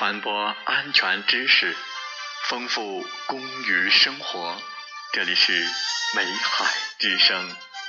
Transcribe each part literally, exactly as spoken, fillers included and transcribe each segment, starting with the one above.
传播安全知识，丰富公寓生活。这里是美海之声。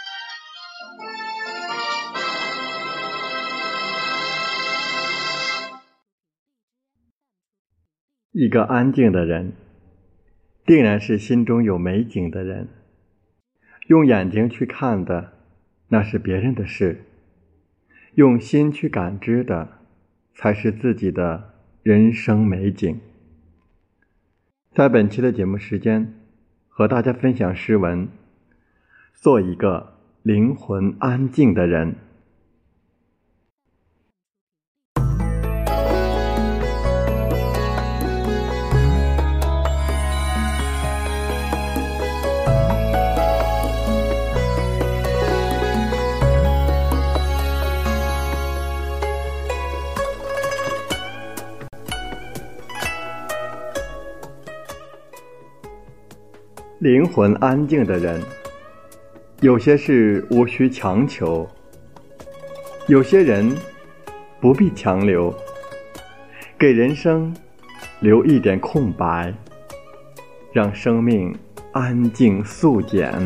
一个安静的人，定然是心中有美景的人。用眼睛去看的，那是别人的事；用心去感知的，才是自己的人生美景。在本期的节目时间，和大家分享诗文：做一个灵魂安静的人。灵魂安静的人，有些事无需强求，有些人不必强留，给人生留一点空白，让生命安静素简。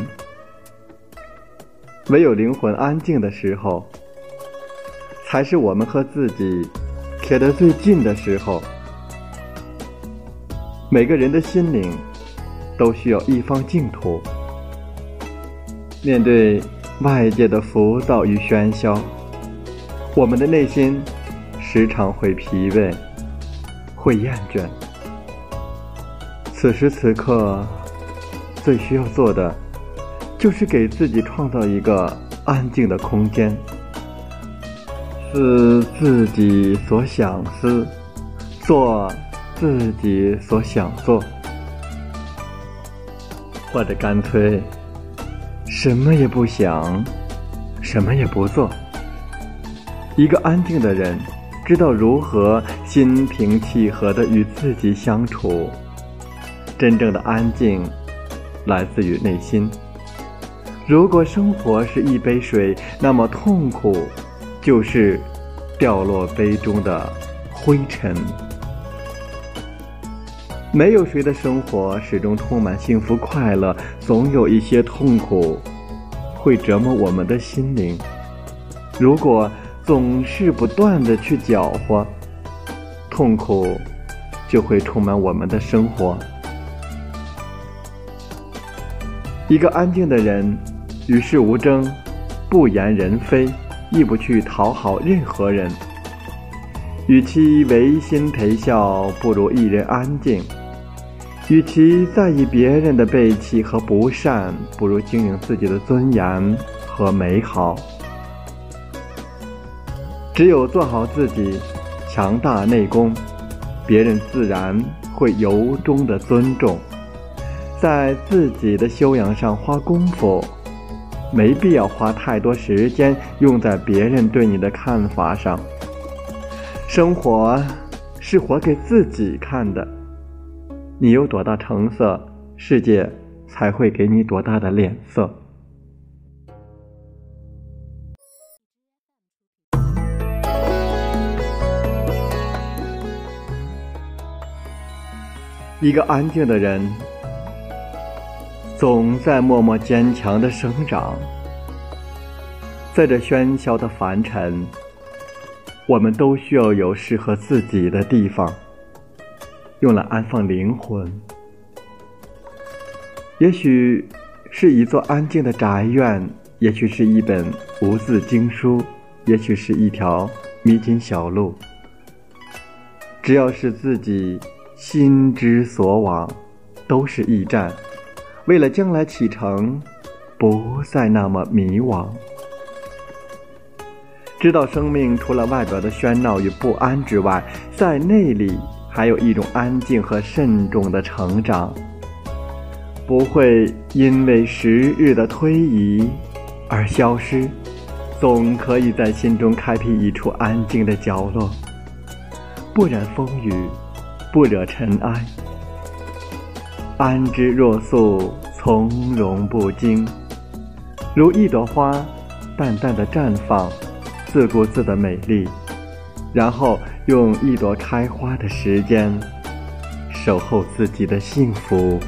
唯有灵魂安静的时候，才是我们和自己贴得最近的时候。每个人的心灵都需要一方净土。面对外界的浮躁与喧嚣，我们的内心时常会疲惫，会厌倦。此时此刻，最需要做的，就是给自己创造一个安静的空间，思自己所想思，做自己所想做。或者干脆什么也不想，什么也不做。一个安静的人知道如何心平气和地与自己相处。真正的安静来自于内心。如果生活是一杯水，那么痛苦就是掉落杯中的灰尘。没有谁的生活始终充满幸福快乐，总有一些痛苦会折磨我们的心灵。如果总是不断地去搅和，痛苦就会充满我们的生活。一个安静的人，与世无争，不言人非，亦不去讨好任何人。与其违心陪笑，不如一人安静。与其在意别人的背弃和不善，不如经营自己的尊严和美好。只有做好自己，强大内功，别人自然会由衷的尊重。在自己的修养上花功夫，没必要花太多时间用在别人对你的看法上。生活是活给自己看的，你有多大成色，世界才会给你多大的脸色。一个安静的人，总在默默坚强地生长。在这喧嚣的凡尘，我们都需要有适合自己的地方，用来安放灵魂。也许是一座安静的宅院，也许是一本无字经书，也许是一条迷津小路。只要是自己心之所往，都是驿站。为了将来启程，不再那么迷惘。知道生命除了外表的喧闹与不安之外，在内里还有一种安静和慎重的成长，不会因为时日的推移而消失，总可以在心中开辟一处安静的角落，不染风雨，不惹尘埃，安之若素，从容不惊，如一朵花淡淡的绽放，自顾自的美丽， 然后用一朵开花的时间守候自己的幸福。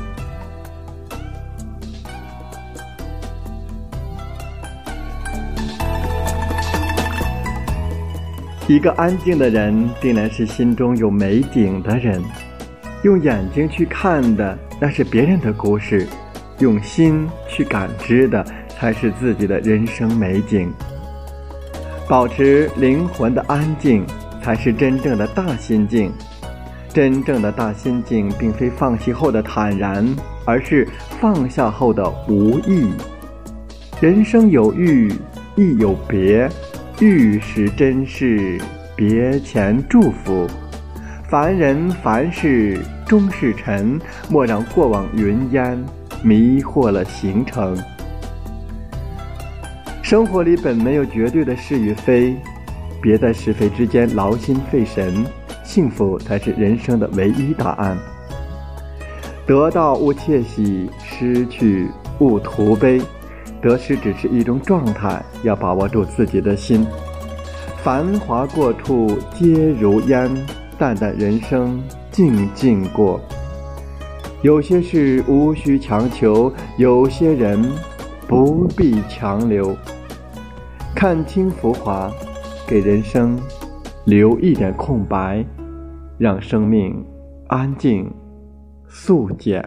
一个安静的人定然是心中有美景的人，用眼睛去看的那是别人的故事，用心去感知的才是自己的人生美景。保持灵魂的安静才是真正的大心境。真正的大心境并非放弃后的坦然，而是放下后的无意。人生有遇亦有别，遇时珍视，别前祝福。凡人凡事终是尘，莫让过往云烟迷惑了行程。生活里本没有绝对的是与非，别在是非之间劳心费神，幸福才是人生的唯一答案。得到勿窃喜，失去勿图悲。得失只是一种状态，要把握住自己的心。繁华过处皆如烟，淡淡人生静静过。有些事无需强求，有些人不必强留。看清浮华，给人生留一点空白，让生命安静素简。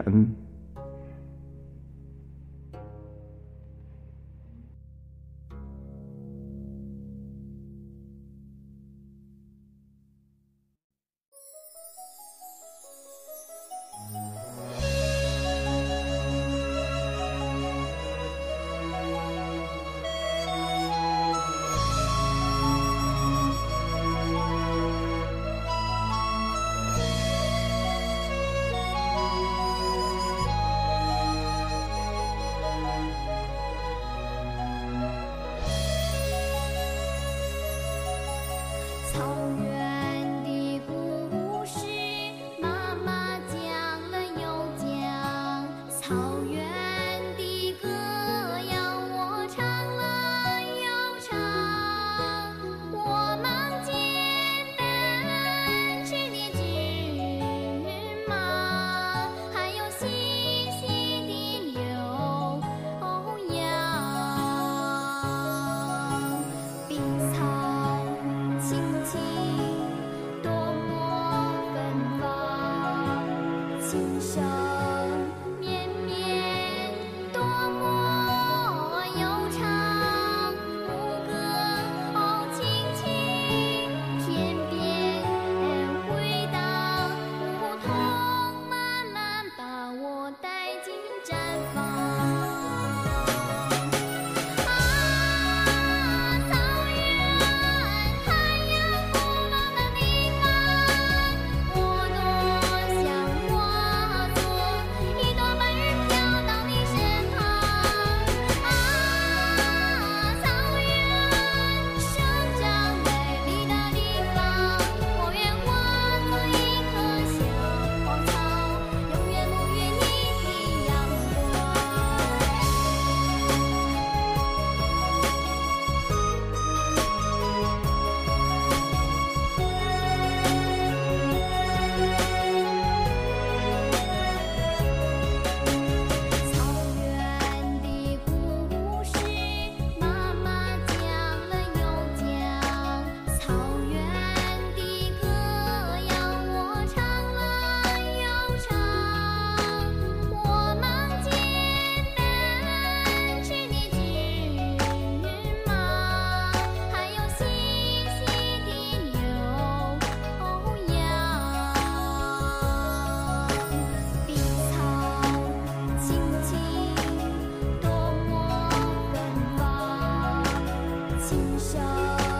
清香